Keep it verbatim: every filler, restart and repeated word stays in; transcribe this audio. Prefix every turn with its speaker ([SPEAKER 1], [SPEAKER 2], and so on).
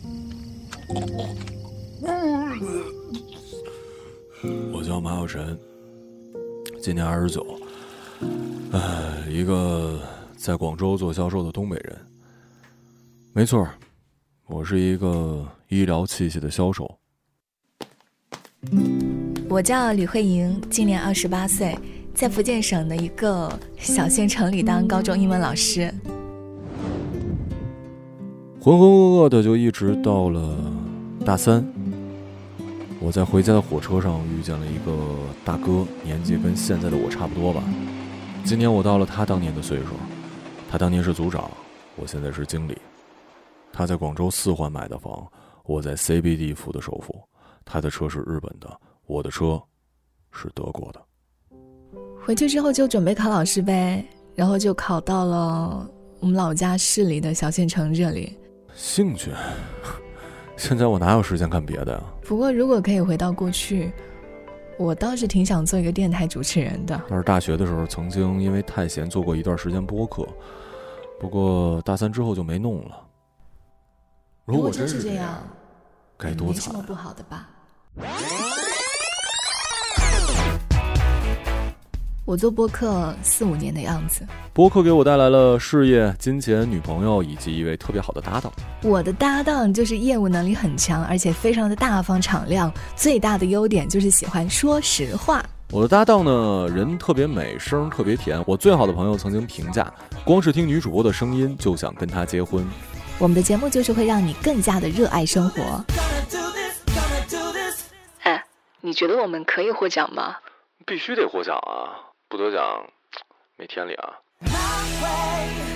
[SPEAKER 1] 我叫马有晨，今年二十九，哎，一个在广州做销售的东北人。没错，我是一个医疗器械的销售。
[SPEAKER 2] 我叫李慧莹，今年二十八岁，在福建省的一个小县城里当高中英文老师。
[SPEAKER 1] 浑浑噩噩的就一直到了大三，我在回家的火车上遇见了一个大哥，年纪跟现在的我差不多吧。今年我到了他当年的岁数，他当年是组长，我现在是经理。他在广州四环买的房，我在 C B D 付的首付。他的车是日本的，我的车是德国的。
[SPEAKER 2] 回去之后就准备考老师呗，然后就考到了我们老家市里的小县城这里。
[SPEAKER 1] 兴趣？现在我哪有时间干别的呀？
[SPEAKER 2] 不过如果可以回到过去，我倒是挺想做一个电台主持人的。
[SPEAKER 1] 但是大学的时候曾经因为太闲做过一段时间播客，不过大三之后就没弄了。如果真是这样，该多惨啊！
[SPEAKER 2] 没什么不好的吧？我做播客四五年的样子，
[SPEAKER 1] 播客给我带来了事业、金钱、女朋友以及一位特别好的搭档。
[SPEAKER 2] 我的搭档就是业务能力很强，而且非常的大方敞亮，最大的优点就是喜欢说实话。
[SPEAKER 1] 我的搭档呢，人特别美，声特别甜。我最好的朋友曾经评价，光是听女主播的声音就想跟她结婚。
[SPEAKER 2] 我们的节目就是会让你更加的热爱生活。哎，你觉得我们可以获奖吗？
[SPEAKER 1] 必须得获奖啊，不得奖没天理啊。